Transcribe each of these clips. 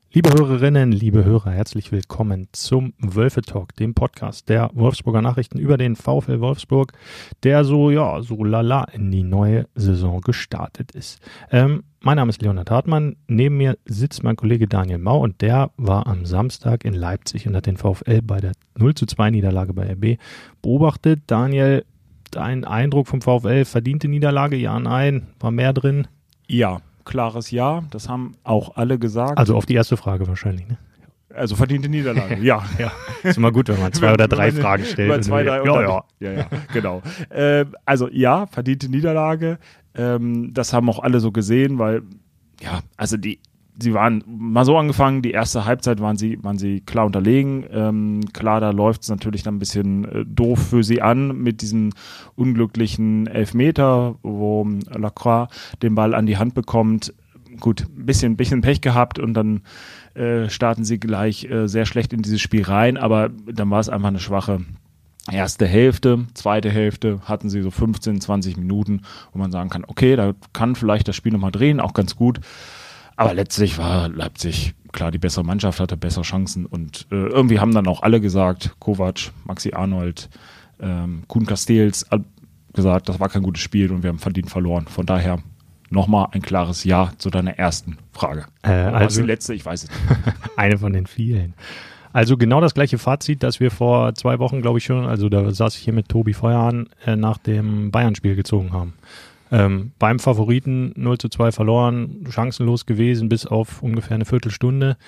Liebe Hörerinnen, liebe Hörer, herzlich willkommen zum Wölfe-Talk, dem Podcast der Wolfsburger Nachrichten über den VfL Wolfsburg, der so lala in die neue Saison gestartet ist. Mein Name ist Leonhard Hartmann, neben mir sitzt mein Kollege Daniel Mau und der war am Samstag in Leipzig und hat den VfL bei der 0:2 Niederlage bei RB beobachtet. Daniel, dein Eindruck vom VfL, verdiente Niederlage, ja, nein, war mehr drin? Ja. Klares Ja, das haben auch alle gesagt. Also auf die erste Frage wahrscheinlich, ne? Also verdiente Niederlage, ja. Ja. Ist immer gut, wenn man 2 oder 3 Fragen stellt. Über 2, 3 Ja, genau. Also ja, verdiente Niederlage. Das haben auch alle so gesehen, weil, ja, also sie waren mal so angefangen, die erste Halbzeit waren sie klar unterlegen. Klar, da läuft es natürlich dann ein bisschen doof für sie an mit diesem unglücklichen Elfmeter, wo Lacroix den Ball an die Hand bekommt. Gut, ein bisschen Pech gehabt und dann starten sie gleich sehr schlecht in dieses Spiel rein, aber dann war es einfach eine schwache erste Hälfte. Zweite Hälfte hatten sie so 15, 20 Minuten, wo man sagen kann, okay, da kann vielleicht das Spiel nochmal drehen, auch ganz gut. Aber letztlich war Leipzig, klar, die bessere Mannschaft, hatte bessere Chancen und irgendwie haben dann auch alle gesagt, Kovac, Maxi Arnold, Kuhn Castells, gesagt, das war kein gutes Spiel und wir haben verdient verloren. Von daher nochmal ein klares Ja zu deiner ersten Frage. Also die letzte, ich weiß es nicht. Eine von den vielen. Also genau das gleiche Fazit, das wir vor 2 Wochen, glaube ich schon, also da saß ich hier mit Tobi Feuerhahn, nach dem Bayern-Spiel gezogen haben. Beim Favoriten 0:2 verloren, chancenlos gewesen bis auf ungefähr eine Viertelstunde.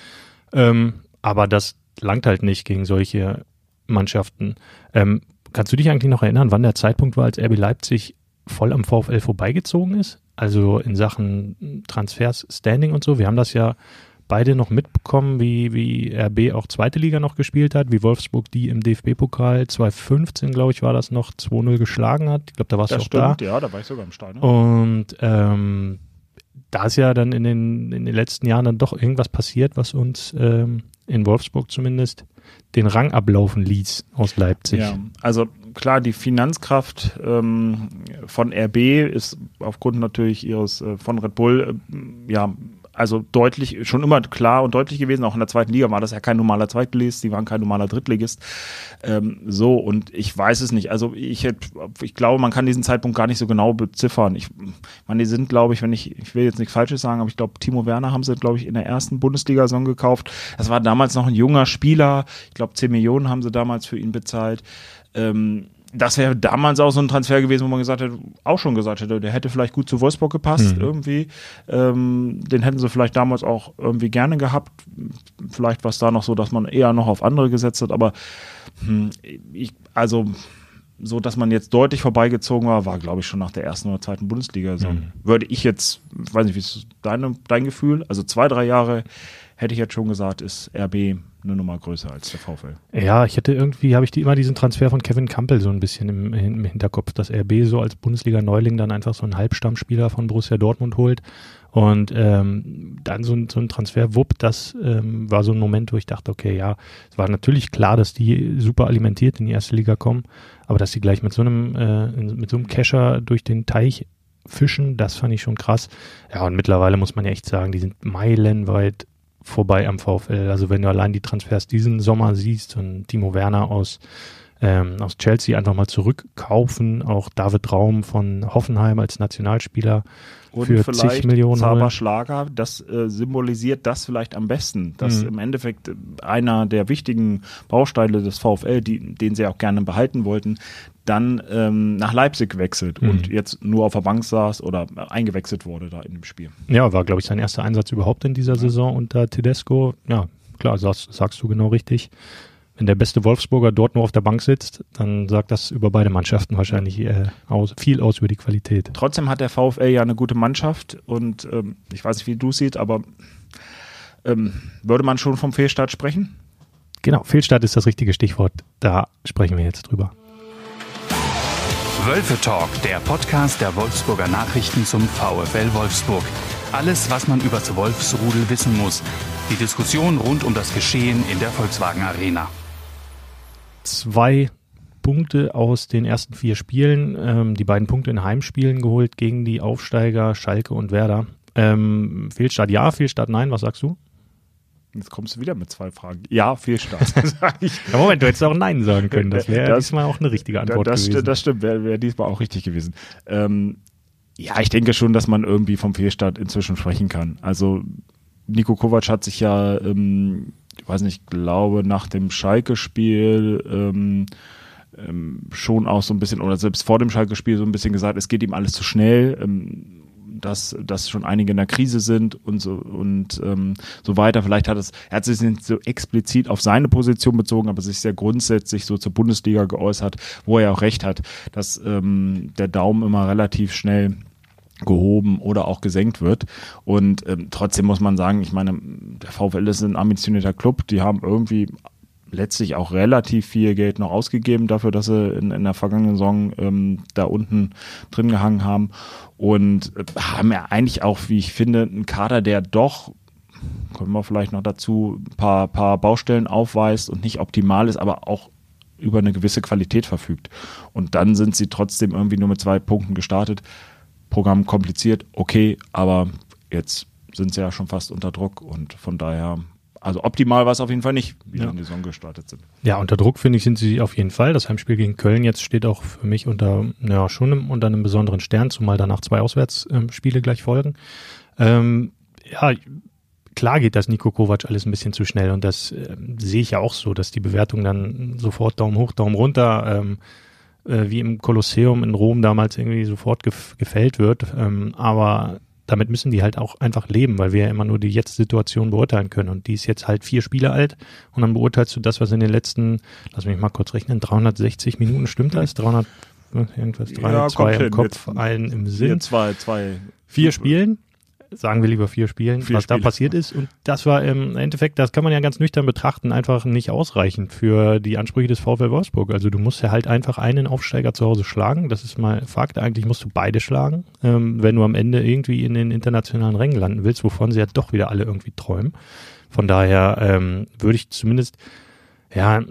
Aber das langt halt nicht gegen solche Mannschaften. Kannst du dich eigentlich noch erinnern, wann der Zeitpunkt war, als RB Leipzig voll am VfL vorbeigezogen ist? Also in Sachen Transfers, Standing und so. Wir haben das ja beide noch mitbekommen, wie RB auch zweite Liga noch gespielt hat, wie Wolfsburg die im DFB-Pokal 2015, glaube ich, war das noch, 2-0 geschlagen hat. Ich glaube, da warst du auch da. Ja, da war ich sogar im Stadion. Und da ist ja dann in den letzten Jahren dann doch irgendwas passiert, was uns in Wolfsburg zumindest den Rang ablaufen ließ aus Leipzig. Ja, also klar, die Finanzkraft von RB ist aufgrund natürlich ihres von Red Bull, also deutlich, schon immer klar und deutlich gewesen, auch in der zweiten Liga war das ja kein normaler Zweitligist, die waren kein normaler Drittligist. Und ich weiß es nicht, also ich glaube, man kann diesen Zeitpunkt gar nicht so genau beziffern. Ich meine, die sind, glaube ich, ich will jetzt nichts Falsches sagen, aber ich glaube, Timo Werner haben sie, glaube ich, in der ersten Bundesliga-Saison gekauft. Das war damals noch ein junger Spieler, ich glaube 10 Millionen haben sie damals für ihn bezahlt. Das wäre damals auch so ein Transfer gewesen, wo man auch schon gesagt hätte, der hätte vielleicht gut zu Wolfsburg gepasst irgendwie. Den hätten sie vielleicht damals auch irgendwie gerne gehabt. Vielleicht war es da noch so, dass man eher noch auf andere gesetzt hat, aber so, dass man jetzt deutlich vorbeigezogen war, glaube ich, schon nach der ersten oder zweiten Bundesliga. Würde ich jetzt, weiß nicht, wie ist dein Gefühl? Also 2, 3 Jahre hätte ich jetzt schon gesagt, ist RB eine Nummer größer als der VfL. Ja, habe ich immer diesen Transfer von Kevin Campbell so ein bisschen im Hinterkopf, dass RB so als Bundesliga-Neuling dann einfach so einen Halbstammspieler von Borussia Dortmund holt und dann so ein Transfer das war so ein Moment, wo ich dachte, okay, ja, es war natürlich klar, dass die super alimentiert in die erste Liga kommen, aber dass sie gleich mit so einem Kescher durch den Teich fischen, das fand ich schon krass. Ja, und mittlerweile muss man ja echt sagen, die sind meilenweit vorbei am VfL. Also wenn du allein die Transfers diesen Sommer siehst und Timo Werner aus Chelsea einfach mal zurückkaufen, auch David Raum von Hoffenheim als Nationalspieler und für vielleicht 10 Millionen. Xaver Schlager, das symbolisiert das vielleicht am besten, dass im Endeffekt einer der wichtigen Bausteine des VfL, den sie auch gerne behalten wollten, dann nach Leipzig wechselt und jetzt nur auf der Bank saß oder eingewechselt wurde da in dem Spiel. Ja, war, glaube ich, sein erster Einsatz überhaupt in dieser Saison unter Tedesco. Ja, klar, sagst du genau richtig. Wenn der beste Wolfsburger dort nur auf der Bank sitzt, dann sagt das über beide Mannschaften wahrscheinlich viel aus über die Qualität. Trotzdem hat der VfL ja eine gute Mannschaft und ich weiß nicht, wie du es siehst, aber würde man schon vom Fehlstart sprechen? Genau, Fehlstart ist das richtige Stichwort. Da sprechen wir jetzt drüber. Wölfe-Talk, der Podcast der Wolfsburger Nachrichten zum VfL Wolfsburg. Alles, was man über das Wolfsrudel wissen muss. Die Diskussion rund um das Geschehen in der Volkswagen Arena. 2 Punkte aus den ersten 4 Spielen, die beiden Punkte in Heimspielen geholt gegen die Aufsteiger Schalke und Werder. Fehlstart ja, Fehlstart nein, was sagst du? Jetzt kommst du wieder mit 2 Fragen. Ja, Fehlstart, sage ich. Ja, Moment, du hättest auch Nein sagen können. Das wäre diesmal auch eine richtige Antwort gewesen. Das stimmt, wäre diesmal auch richtig gewesen. Ja, ich denke schon, dass man irgendwie vom Fehlstart inzwischen sprechen kann. Also Niko Kovac hat sich ja, ich weiß nicht, glaube nach dem Schalke-Spiel schon auch so ein bisschen, oder selbst vor dem Schalke-Spiel so ein bisschen gesagt, es geht ihm alles zu schnell, dass schon einige in der Krise sind und so weiter. Vielleicht er hat sich nicht so explizit auf seine Position bezogen, aber sich sehr grundsätzlich so zur Bundesliga geäußert, wo er auch recht hat, dass der Daumen immer relativ schnell gehoben oder auch gesenkt wird. Und trotzdem muss man sagen, ich meine, der VfL ist ein ambitionierter Club, die haben irgendwie letztlich auch relativ viel Geld noch ausgegeben dafür, dass sie in der vergangenen Saison da unten drin gehangen haben und haben ja eigentlich auch, wie ich finde, einen Kader, der doch, kommen wir vielleicht noch dazu, ein paar Baustellen aufweist und nicht optimal ist, aber auch über eine gewisse Qualität verfügt. Und dann sind sie trotzdem irgendwie nur mit 2 Punkten gestartet. Programm kompliziert, okay, aber jetzt sind sie ja schon fast unter Druck und von daher, also optimal war es auf jeden Fall nicht, wie sie in die Saison gestartet sind. Ja, unter Druck, finde ich, sind sie auf jeden Fall. Das Heimspiel gegen Köln jetzt steht auch für mich unter einem besonderen Stern, zumal danach 2 Auswärtsspiele gleich folgen. Ja, klar geht das Niko Kovac alles ein bisschen zu schnell und das sehe ich ja auch so, dass die Bewertung dann sofort Daumen hoch, Daumen runter, wie im Kolosseum in Rom damals irgendwie sofort gefällt wird. Aber damit müssen die halt auch einfach leben, weil wir ja immer nur die Jetzt-Situation beurteilen können. Und die ist jetzt halt 4 Spiele alt und dann beurteilst du das, was in den letzten, lass mich mal kurz rechnen, 360 Minuten, stimmt das? 300, irgendwas, 3, ja, 2 im Kopf, einen im Sinn. 4 Spielen. Sagen wir lieber 4 Spielen, was da passiert ist. Und das war im Endeffekt, das kann man ja ganz nüchtern betrachten, einfach nicht ausreichend für die Ansprüche des VfL Wolfsburg. Also du musst ja halt einfach einen Aufsteiger zu Hause schlagen. Das ist mal Fakt. Eigentlich musst du beide schlagen, wenn du am Ende irgendwie in den internationalen Rängen landen willst, wovon sie ja doch wieder alle irgendwie träumen. Von daher würde ich zumindest, ja,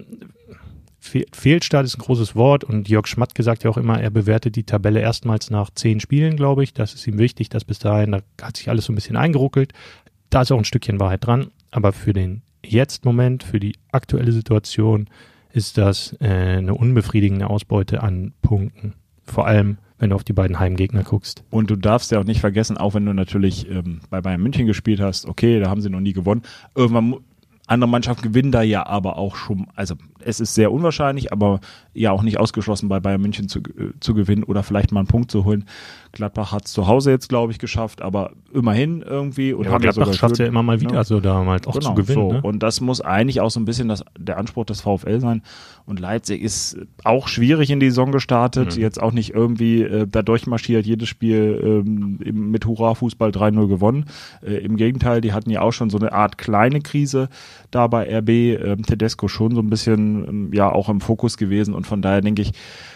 Fehlstart ist ein großes Wort und Jörg Schmatke sagt ja auch immer, er bewertet die Tabelle erstmals nach 10 Spielen, glaube ich. Das ist ihm wichtig, dass bis dahin, da hat sich alles so ein bisschen eingeruckelt. Da ist auch ein Stückchen Wahrheit dran, aber für den Jetzt-Moment, für die aktuelle Situation ist das eine unbefriedigende Ausbeute an Punkten. Vor allem, wenn du auf die beiden Heimgegner guckst. Und du darfst ja auch nicht vergessen, auch wenn du natürlich bei Bayern München gespielt hast, okay, da haben sie noch nie gewonnen, irgendwann andere Mannschaften gewinnen da ja aber auch schon, also es ist sehr unwahrscheinlich, aber ja auch nicht ausgeschlossen, bei Bayern München zu gewinnen oder vielleicht mal einen Punkt zu holen. Gladbach hat es zu Hause jetzt, glaube ich, geschafft, aber immerhin irgendwie. Und ja, Gladbach schafft es ja immer mal wieder, ja, so da mal auch zu gewinnen. So. Ne? Und das muss eigentlich auch so ein bisschen der Anspruch des VfL sein. Und Leipzig ist auch schwierig in die Saison gestartet, jetzt auch nicht irgendwie da durchmarschiert, jedes Spiel mit Hurra-Fußball 3-0 gewonnen. Im Gegenteil, die hatten ja auch schon so eine Art kleine Krise da bei RB. Tedesco schon so ein bisschen ja auch im Fokus gewesen und von daher denke ich,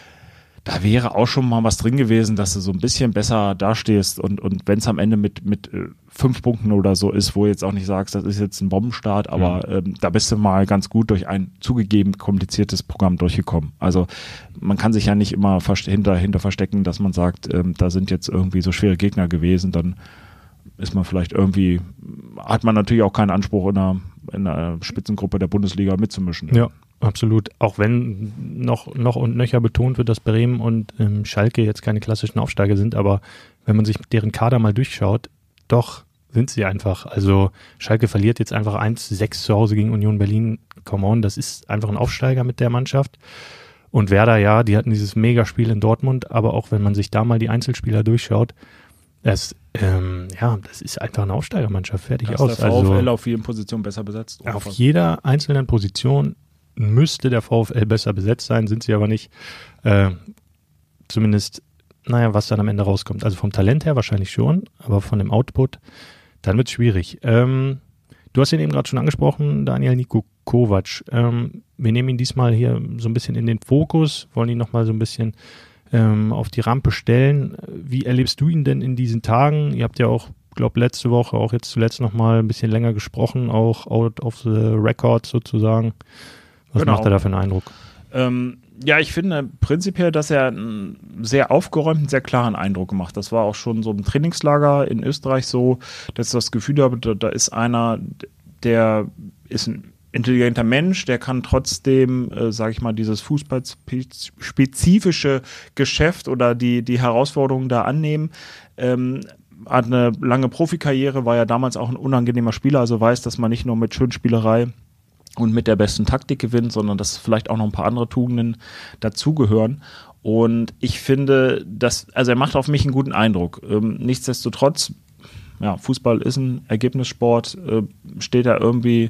da wäre auch schon mal was drin gewesen, dass du so ein bisschen besser dastehst und wenn es am Ende mit 5 Punkten oder so ist, wo du jetzt auch nicht sagst, das ist jetzt ein Bombenstart, aber da bist du mal ganz gut durch ein zugegeben kompliziertes Programm durchgekommen. Also man kann sich ja nicht immer hinter verstecken, dass man sagt, da sind jetzt irgendwie so schwere Gegner gewesen, dann ist man vielleicht irgendwie, hat man natürlich auch keinen Anspruch in einer Spitzengruppe der Bundesliga mitzumischen. Ja. Absolut, auch wenn noch und nöcher betont wird, dass Bremen und Schalke jetzt keine klassischen Aufsteiger sind, aber wenn man sich deren Kader mal durchschaut, doch sind sie einfach. Also Schalke verliert jetzt einfach 1-6 zu Hause gegen Union Berlin. Come on, das ist einfach ein Aufsteiger mit der Mannschaft. Und Werder, ja, die hatten dieses Megaspiel in Dortmund, aber auch wenn man sich da mal die Einzelspieler durchschaut, das ist einfach eine Aufsteigermannschaft, fertig das aus. Ist der VfL auf vielen Positionen besser besetzt? Auf jeder einzelnen Position müsste der VfL besser besetzt sein, sind sie aber nicht. Zumindest, was dann am Ende rauskommt. Also vom Talent her wahrscheinlich schon, aber von dem Output, dann wird es schwierig. Du hast ihn eben gerade schon angesprochen, Daniel Niko Kovac. Wir nehmen ihn diesmal hier so ein bisschen in den Fokus, wollen ihn nochmal so ein bisschen auf die Rampe stellen. Wie erlebst du ihn denn in diesen Tagen? Ihr habt ja auch, glaube letzte Woche, auch jetzt zuletzt nochmal ein bisschen länger gesprochen, auch out of the record sozusagen. Was macht er da für einen Eindruck? Ja, ich finde prinzipiell, dass er einen sehr aufgeräumten, sehr klaren Eindruck gemacht. Das war auch schon so im Trainingslager in Österreich so, dass ich das Gefühl habe, da ist einer, der ist ein intelligenter Mensch, der kann trotzdem, sage ich mal, dieses fußballspezifische Geschäft oder die Herausforderungen da annehmen. Hat eine lange Profikarriere, war ja damals auch ein unangenehmer Spieler, also weiß, dass man nicht nur mit Schönspielerei und mit der besten Taktik gewinnt, sondern dass vielleicht auch noch ein paar andere Tugenden dazugehören. Und ich finde, also er macht auf mich einen guten Eindruck. Nichtsdestotrotz, ja, Fußball ist ein Ergebnissport, steht er irgendwie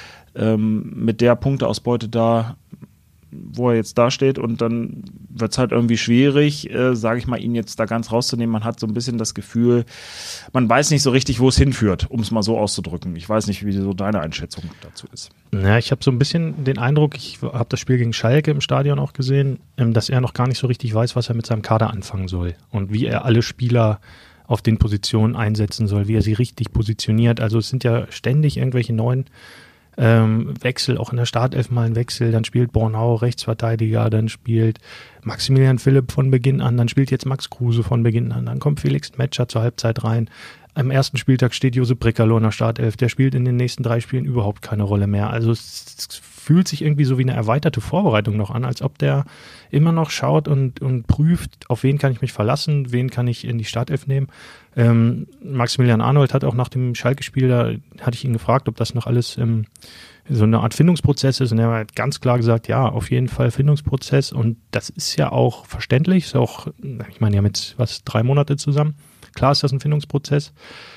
mit der Punkteausbeute da, wo er jetzt da steht, und dann wird es halt irgendwie schwierig, sage ich mal, ihn jetzt da ganz rauszunehmen. Man hat so ein bisschen das Gefühl, man weiß nicht so richtig, wo es hinführt, um es mal so auszudrücken. Ich weiß nicht, wie so deine Einschätzung dazu ist. Ja, ich habe so ein bisschen den Eindruck, ich habe das Spiel gegen Schalke im Stadion auch gesehen, dass er noch gar nicht so richtig weiß, was er mit seinem Kader anfangen soll und wie er alle Spieler auf den Positionen einsetzen soll, wie er sie richtig positioniert. Also es sind ja ständig irgendwelche neuen Wechsel, auch in der Startelf mal ein Wechsel, dann spielt Bornau Rechtsverteidiger, dann spielt Maximilian Philipp von Beginn an, dann spielt jetzt Max Kruse von Beginn an, dann kommt Felix Metscher zur Halbzeit rein. Am ersten Spieltag steht Josep Brekalo in der Startelf, der spielt in den nächsten 3 Spielen überhaupt keine Rolle mehr. Also es fühlt sich irgendwie so wie eine erweiterte Vorbereitung noch an, als ob der immer noch schaut und prüft, auf wen kann ich mich verlassen, wen kann ich in die Startelf nehmen. Maximilian Arnold hat auch nach dem Schalke-Spiel, da hatte ich ihn gefragt, ob das noch alles so eine Art Findungsprozess ist, und er hat ganz klar gesagt, ja, auf jeden Fall Findungsprozess, und das ist ja auch verständlich, ist auch, ich meine, ja mit 3 Monate zusammen, klar ist das ein Findungsprozess,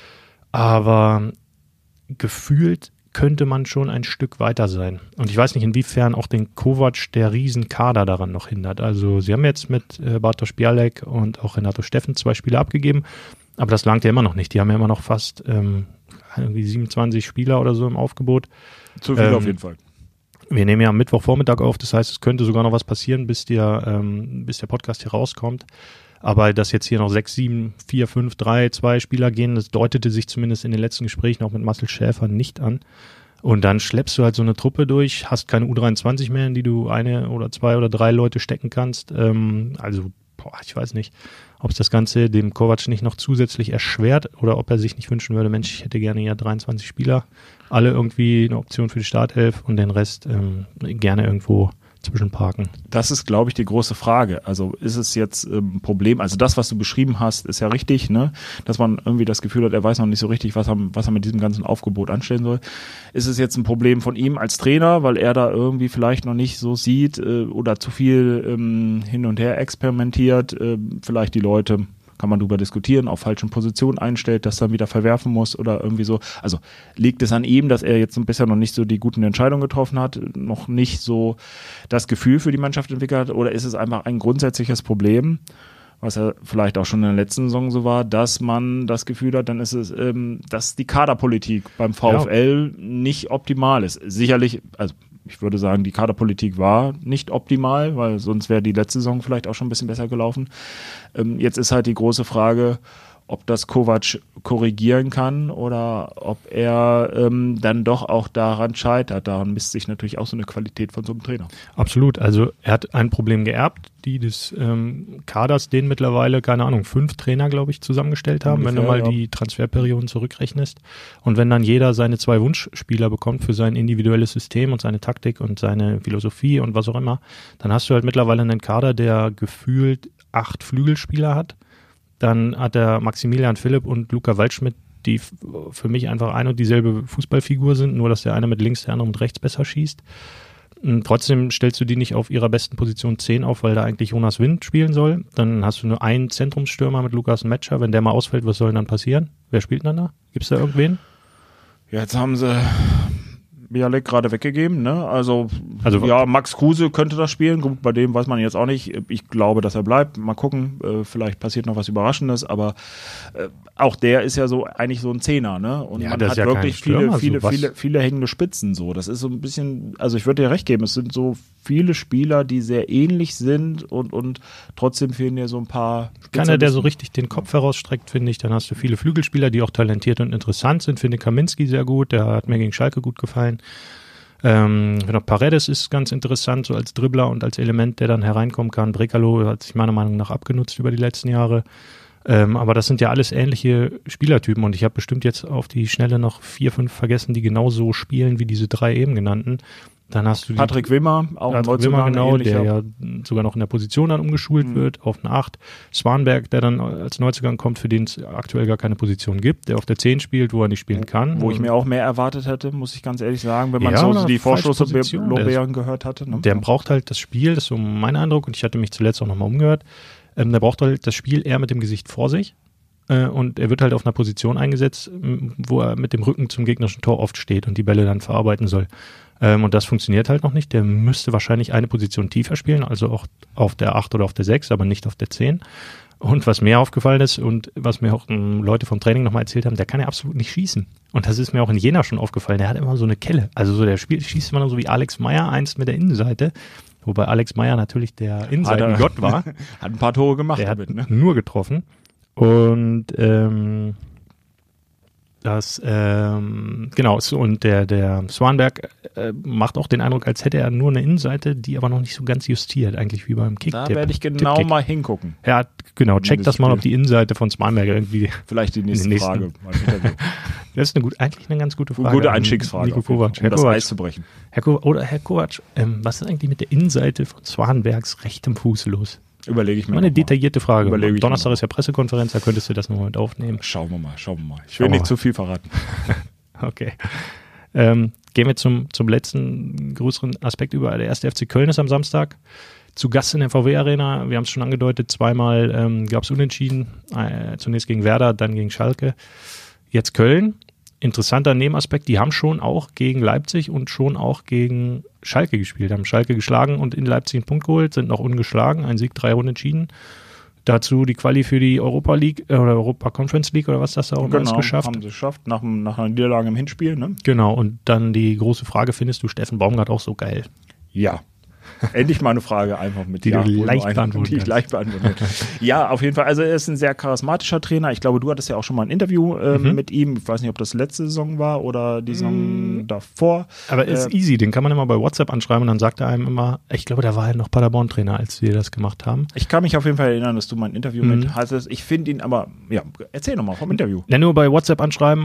aber gefühlt könnte man schon ein Stück weiter sein. Und ich weiß nicht, inwiefern auch den Kovac der Riesenkader daran noch hindert. Also sie haben jetzt mit Bartosz Białek und auch Renato Steffen 2 Spieler abgegeben, aber das langt ja immer noch nicht. Die haben ja immer noch fast irgendwie 27 Spieler oder so im Aufgebot. Zu viel auf jeden Fall. Wir nehmen ja am Mittwochvormittag auf, das heißt, es könnte sogar noch was passieren, bis der Podcast hier rauskommt. Aber dass jetzt hier noch 6, 7, 4, 5, 3, 2 Spieler gehen, das deutete sich zumindest in den letzten Gesprächen auch mit Marcel Schäfer nicht an. Und dann schleppst du halt so eine Truppe durch, hast keine U23 mehr, in die du 1 oder 2 oder 3 Leute stecken kannst. Ich weiß nicht, ob es das Ganze dem Kovac nicht noch zusätzlich erschwert oder ob er sich nicht wünschen würde, Mensch, ich hätte gerne ja 23 Spieler, alle irgendwie eine Option für die Startelf und den Rest gerne irgendwo zwischenparken. Das ist, glaube ich, die große Frage. Also ist es jetzt ein Problem, also das, was du beschrieben hast, ist ja richtig, ne? Dass man irgendwie das Gefühl hat, er weiß noch nicht so richtig, was er mit diesem ganzen Aufgebot anstellen soll. Ist es jetzt ein Problem von ihm als Trainer, weil er da irgendwie vielleicht noch nicht so sieht oder zu viel hin und her experimentiert, vielleicht die Leute, kann man darüber diskutieren, auf falschen Positionen einstellt, das dann wieder verwerfen muss oder irgendwie so. Also liegt es an ihm, dass er jetzt bisher noch nicht so die guten Entscheidungen getroffen hat, noch nicht so das Gefühl für die Mannschaft entwickelt hat, oder ist es einfach ein grundsätzliches Problem, was ja vielleicht auch schon in der letzten Saison so war, dass man das Gefühl hat, dann ist es, dass die Kaderpolitik beim VfL nicht optimal ist. Sicherlich, also ich würde sagen, die Kaderpolitik war nicht optimal, weil sonst wäre die letzte Saison vielleicht auch schon ein bisschen besser gelaufen. Jetzt ist halt die große Frage, ob das Kovac korrigieren kann oder ob er dann doch auch daran scheitert. Daran misst sich natürlich auch so eine Qualität von so einem Trainer. Absolut. Also er hat ein Problem geerbt, die des Kaders, den mittlerweile, keine Ahnung, 5 Trainer, glaube ich, zusammengestellt haben, ungefähr, wenn du mal die Transferperioden zurückrechnest. Und wenn dann jeder seine 2 Wunschspieler bekommt für sein individuelles System und seine Taktik und seine Philosophie und was auch immer, dann hast du halt mittlerweile einen Kader, der gefühlt 8 Flügelspieler hat. Dann hat er Maximilian Philipp und Luca Waldschmidt, die für mich einfach eine und dieselbe Fußballfigur sind, nur dass der eine mit links, der andere mit rechts besser schießt. Und trotzdem stellst du die nicht auf ihrer besten Position 10 auf, weil da eigentlich Jonas Wind spielen soll. Dann hast du nur einen Zentrumsstürmer mit Lukas Metscher. Wenn der mal ausfällt, was soll denn dann passieren? Wer spielt dann da? Gibt es da irgendwen? Ja, jetzt haben sie Białek gerade weggegeben, ne? Also ja, Max Kruse könnte das spielen. Gut, bei dem weiß man jetzt auch nicht. Ich glaube, dass er bleibt. Mal gucken, vielleicht passiert noch was Überraschendes, aber auch der ist ja so eigentlich so ein Zehner, ne? Und ja, man hat ja wirklich viele hängende Spitzen so. Das ist so ein bisschen, also ich würde dir recht geben, es sind so viele Spieler, die sehr ähnlich sind und trotzdem fehlen dir so ein paar Keiner, der so richtig den Kopf herausstreckt, finde ich. Dann hast du viele Flügelspieler, die auch talentiert und interessant sind. Finde Kaminski sehr gut, der hat mir gegen Schalke gut gefallen. Paredes ist ganz interessant, so als Dribbler und als Element, der dann hereinkommen kann. Brekalo hat sich meiner Meinung nach abgenutzt über die letzten Jahre. Aber das sind ja alles ähnliche Spielertypen und ich habe bestimmt jetzt auf die Schnelle noch 4, 5 vergessen, die genauso spielen wie diese 3 eben genannten. Dann hast du Patrick Wimmer, auch ein Wimmer, genau, ähnlicher. der ja sogar noch in der Position dann umgeschult wird auf eine 8. Swanberg, der dann als Neuzugang kommt, für den es aktuell gar keine Position gibt, der auf der 10 spielt, wo er nicht spielen kann. Wo ich mir auch mehr erwartet hätte, muss ich ganz ehrlich sagen, wenn man Ja, so die Vorstoßlorbeeren Vorstoßlorbeeren gehört hatte. Ne? Der braucht halt das Spiel, das ist so mein Eindruck und ich hatte mich zuletzt auch nochmal umgehört, der braucht halt das Spiel eher mit dem Gesicht vor sich. Und er wird halt auf einer Position eingesetzt, wo er mit dem Rücken zum gegnerischen Tor oft steht und die Bälle dann verarbeiten soll. Und das funktioniert halt noch nicht. Der müsste wahrscheinlich eine Position tiefer spielen, also auch auf der 8 oder auf der 6, aber nicht auf der 10. Und was mir aufgefallen ist und was mir auch Leute vom Training nochmal erzählt haben, der kann ja absolut nicht schießen. Und das ist mir auch in Jena schon aufgefallen. Der hat immer so eine Kelle. Also so der schießt immer so wie Alex Meyer einst mit der Innenseite. Wobei Alex Meyer natürlich der Innenseitengott war. Hat ein paar Tore gemacht Der damit, hat ne? nur getroffen. Und genau, und der Swanberg macht auch den Eindruck, als hätte er nur eine Innenseite, die aber noch nicht so ganz justiert, eigentlich wie beim Kick. Da werde ich genau Tippkick. mal hingucken. Ja, genau, check das mal, ob die Innenseite von Swanberg irgendwie... Vielleicht die nächste Frage. Das ist eigentlich eine ganz gute Frage. Gute Einstiegsfrage. Nico Kovac. Um das Eis zu brechen. Herr Kovac, was ist eigentlich mit der Innenseite von Swanbergs rechtem Fuß los? Überlege ich mir. Eine detaillierte Frage. Überlege ich Donnerstag mir ist ja Pressekonferenz, da könntest du das nochmal mit aufnehmen. Schauen wir mal. Ich will nicht zu viel verraten. Okay. Gehen wir zum letzten größeren Aspekt über. Der 1. FC Köln ist am Samstag zu Gast in der VW-Arena. Wir haben es schon angedeutet, zweimal gab es Unentschieden. Zunächst gegen Werder, dann gegen Schalke. Jetzt Köln. Interessanter Nebenaspekt, die haben schon auch gegen Leipzig und schon auch gegen Schalke gespielt, haben Schalke geschlagen und in Leipzig einen Punkt geholt, sind noch ungeschlagen, ein Sieg, 3 Unentschieden. Dazu die Quali für die Europa League oder Europa Conference League oder was das da auch immer ist geschafft. Haben sie geschafft, nach einer Niederlage im Hinspiel, ne? Genau, und dann die große Frage, findest du Steffen Baumgart auch so geil? Ja. Endlich mal eine Frage einfach mit die ich leicht beantworten kann. Ja, auf jeden Fall. Also er ist ein sehr charismatischer Trainer. Ich glaube, du hattest ja auch schon mal ein Interview mit ihm. Ich weiß nicht, ob das letzte Saison war oder die Saison davor. Aber ist easy. Den kann man immer bei WhatsApp anschreiben und dann sagt er einem immer, ich glaube, da war er noch Paderborn-Trainer, als wir das gemacht haben. Ich kann mich auf jeden Fall erinnern, dass du mal ein Interview mit hattest. Ich finde ihn aber, ja, erzähl nochmal vom Interview. Ja, nur bei WhatsApp anschreiben,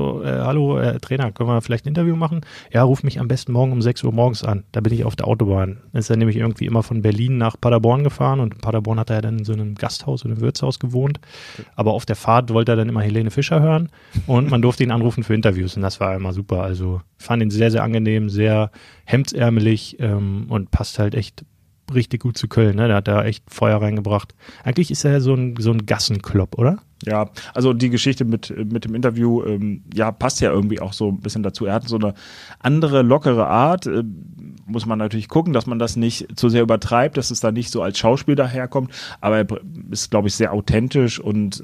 hallo Trainer, können wir vielleicht ein Interview machen? Ja, ruf mich am besten morgen um 6 Uhr morgens an. Da bin ich auf der Autobahn. Ist er nämlich irgendwie immer von Berlin nach Paderborn gefahren und in Paderborn hat er dann in so einem Gasthaus oder einem Wirtshaus gewohnt. Aber auf der Fahrt wollte er dann immer Helene Fischer hören und man durfte ihn anrufen für Interviews und das war immer super. Also ich fand ihn sehr, sehr angenehm, sehr hemdsärmelig und passt halt echt richtig gut zu Köln. Ne? Der hat da echt Feuer reingebracht. Eigentlich ist er so ein Gassenklopp, oder? Ja, also die Geschichte mit dem Interview, passt ja irgendwie auch so ein bisschen dazu. Er hat so eine andere, lockere Art. Muss man natürlich gucken, dass man das nicht zu sehr übertreibt, dass es da nicht so als Schauspiel daherkommt. Aber er ist, glaube ich, sehr authentisch und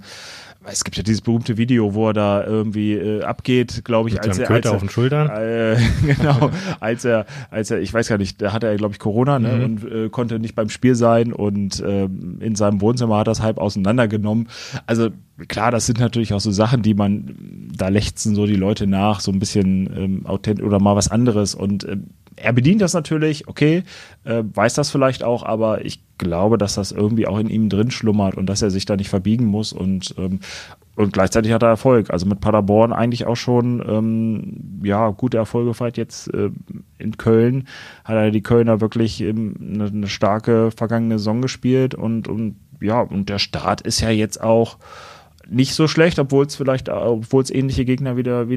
es gibt ja dieses berühmte Video, wo er da irgendwie abgeht, glaube ich, als er auf den Schultern. Genau, als er, ich weiß gar nicht, da hatte er, glaube ich, Corona, ne, und konnte nicht beim Spiel sein und in seinem Wohnzimmer hat er das halb auseinandergenommen. Also klar, das sind natürlich auch so Sachen, die da lechzen so die Leute nach, so ein bisschen authentisch oder mal was anderes und er bedient das natürlich, okay, weiß das vielleicht auch, aber ich glaube, dass das irgendwie auch in ihm drin schlummert und dass er sich da nicht verbiegen muss und gleichzeitig hat er Erfolg. Also mit Paderborn eigentlich auch schon gute Erfolge gefeiert. Jetzt in Köln hat er die Kölner wirklich eine starke vergangene Saison gespielt und der Start ist ja jetzt auch nicht so schlecht, obwohl es ähnliche Gegner wieder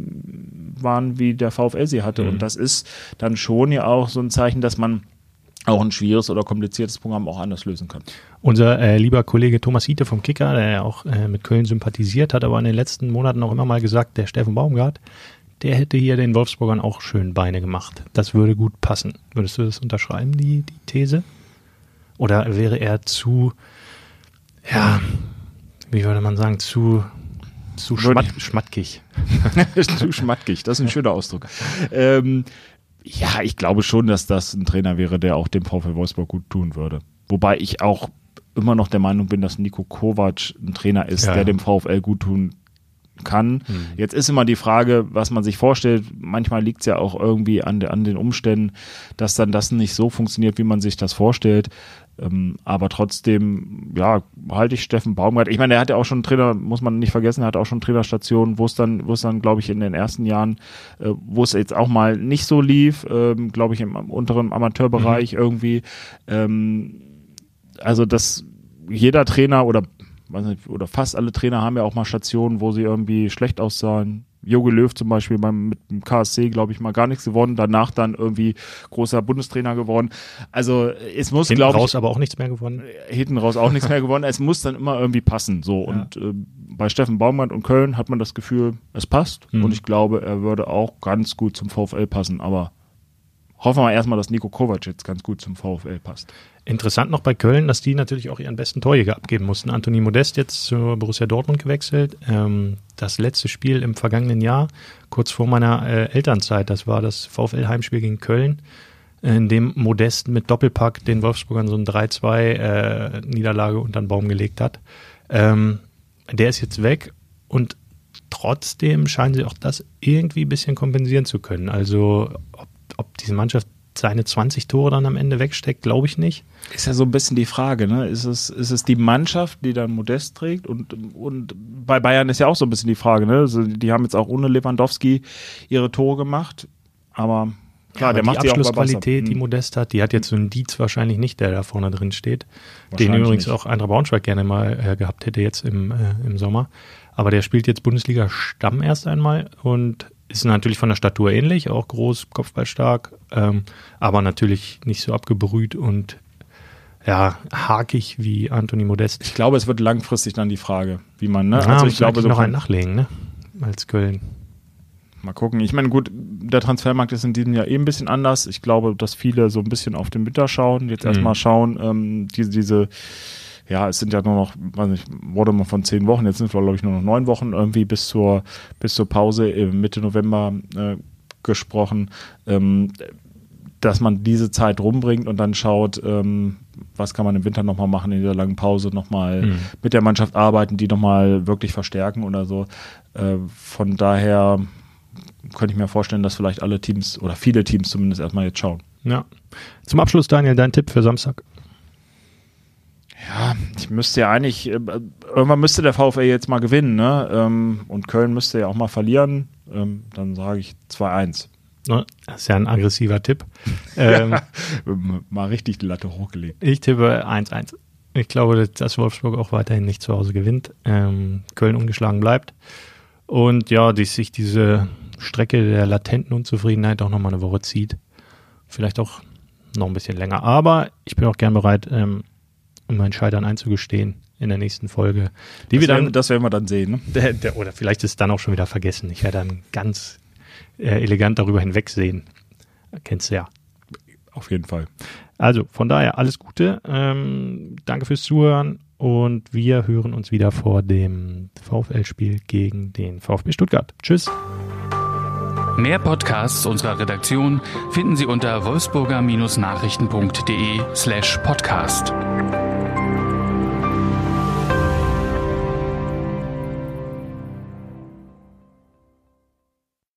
waren, wie der VfL sie hatte. Und das ist dann schon ja auch so ein Zeichen, dass man auch ein schwieriges oder kompliziertes Programm auch anders lösen kann. Unser lieber Kollege Thomas Hiete vom Kicker, der ja auch mit Köln sympathisiert, hat aber in den letzten Monaten auch immer mal gesagt, der Steffen Baumgart, der hätte hier den Wolfsburgern auch schön Beine gemacht. Das würde gut passen. Würdest du das unterschreiben, die These? Oder wäre er zu, wie würde man sagen, zu schmatkig? Zu schmatkig, das ist ein schöner Ausdruck. Ich glaube schon, dass das ein Trainer wäre, der auch dem VfL Wolfsburg gut tun würde. Wobei ich auch immer noch der Meinung bin, dass Nico Kovac ein Trainer ist, der dem VfL gut tun kann. Jetzt ist immer die Frage, was man sich vorstellt. Manchmal liegt es ja auch irgendwie an den Umständen, dass dann das nicht so funktioniert, wie man sich das vorstellt. Aber trotzdem, ja, halte ich Steffen Baumgart. Ich meine, er hat ja auch schon Trainer, muss man nicht vergessen, er hat auch schon Trainerstationen, wo es dann, glaube ich, in den ersten Jahren, wo es jetzt auch mal nicht so lief, glaube ich, im unteren Amateurbereich irgendwie. Also, dass jeder Trainer oder fast alle Trainer haben ja auch mal Stationen, wo sie irgendwie schlecht aussahen. Jogi Löw zum Beispiel mit dem KSC, glaube ich, mal gar nichts gewonnen. Danach dann irgendwie großer Bundestrainer geworden. Also es muss, glaube ich... Hinten raus aber auch nichts mehr gewonnen. Hinten raus auch nichts mehr gewonnen. Es muss dann immer irgendwie passen. So. Ja. Und bei Steffen Baumgart und Köln hat man das Gefühl, es passt. Und ich glaube, er würde auch ganz gut zum VfL passen. Aber hoffen wir erstmal, dass Niko Kovac jetzt ganz gut zum VfL passt. Interessant noch bei Köln, dass die natürlich auch ihren besten Torjäger abgeben mussten. Anthony Modest jetzt zur Borussia Dortmund gewechselt. Das letzte Spiel im vergangenen Jahr, kurz vor meiner Elternzeit, das war das VfL-Heimspiel gegen Köln, in dem Modest mit Doppelpack den Wolfsburgern so ein 3-2 Niederlage unter den Baum gelegt hat. Der ist jetzt weg und trotzdem scheinen sie auch das irgendwie ein bisschen kompensieren zu können. Also ob diese Mannschaft seine 20 Tore dann am Ende wegsteckt, glaube ich nicht. Ist ja so ein bisschen die Frage, ne? Ist es die Mannschaft, die dann Modest trägt? Und bei Bayern ist ja auch so ein bisschen die Frage, ne? Also die haben jetzt auch ohne Lewandowski ihre Tore gemacht, aber klar, der macht die sie auch bei Barca. Abschlussqualität, die Modest hat, die hat jetzt so einen Dietz wahrscheinlich nicht, der da vorne drin steht, den übrigens nicht. Auch Eintracht Braunschweig gerne mal gehabt hätte jetzt im Sommer. Aber der spielt jetzt Bundesliga-Stamm erst einmal und ist natürlich von der Statur ähnlich, auch groß, kopfballstark, aber natürlich nicht so abgebrüht und ja, hakig wie Anthony Modest. Ich glaube, es wird langfristig dann die Frage, wie man, ne? Ja, also ich glaube, so noch einen nachlegen, ne? Als Köln. Mal gucken. Ich meine, gut, der Transfermarkt ist in diesem Jahr ein bisschen anders. Ich glaube, dass viele so ein bisschen auf den Winter schauen, jetzt erstmal schauen, ja, es sind ja nur noch, weiß nicht, wurde mal von 10 Wochen, jetzt sind wir, glaube ich, nur noch 9 Wochen irgendwie bis zur Pause Mitte November gesprochen, dass man diese Zeit rumbringt und dann schaut, was kann man im Winter nochmal machen, in dieser langen Pause nochmal mit der Mannschaft arbeiten, die nochmal wirklich verstärken oder so. Von daher könnte ich mir vorstellen, dass vielleicht alle Teams oder viele Teams zumindest erstmal jetzt schauen. Ja. Zum Abschluss, Daniel, dein Tipp für Samstag? Ja, ich müsste ja eigentlich, irgendwann müsste der VfL jetzt mal gewinnen, ne? Und Köln müsste ja auch mal verlieren. Dann sage ich 2-1. Das ist ja ein aggressiver Tipp. Mal richtig die Latte hochgelegt. Ich tippe 1-1. Ich glaube, dass Wolfsburg auch weiterhin nicht zu Hause gewinnt. Köln ungeschlagen bleibt. Und ja, sich diese Strecke der latenten Unzufriedenheit auch nochmal eine Woche zieht. Vielleicht auch noch ein bisschen länger. Aber ich bin auch gern bereit, um mein Scheitern einzugestehen in der nächsten Folge. Das werden wir dann sehen. Ne? Oder vielleicht ist es dann auch schon wieder vergessen. Ich werde dann ganz elegant darüber hinwegsehen. Kennst du ja. Auf jeden Fall. Also von daher alles Gute. Danke fürs Zuhören und wir hören uns wieder vor dem VfL-Spiel gegen den VfB Stuttgart. Tschüss. Mehr Podcasts unserer Redaktion finden Sie unter wolfsburger-nachrichten.de/podcast.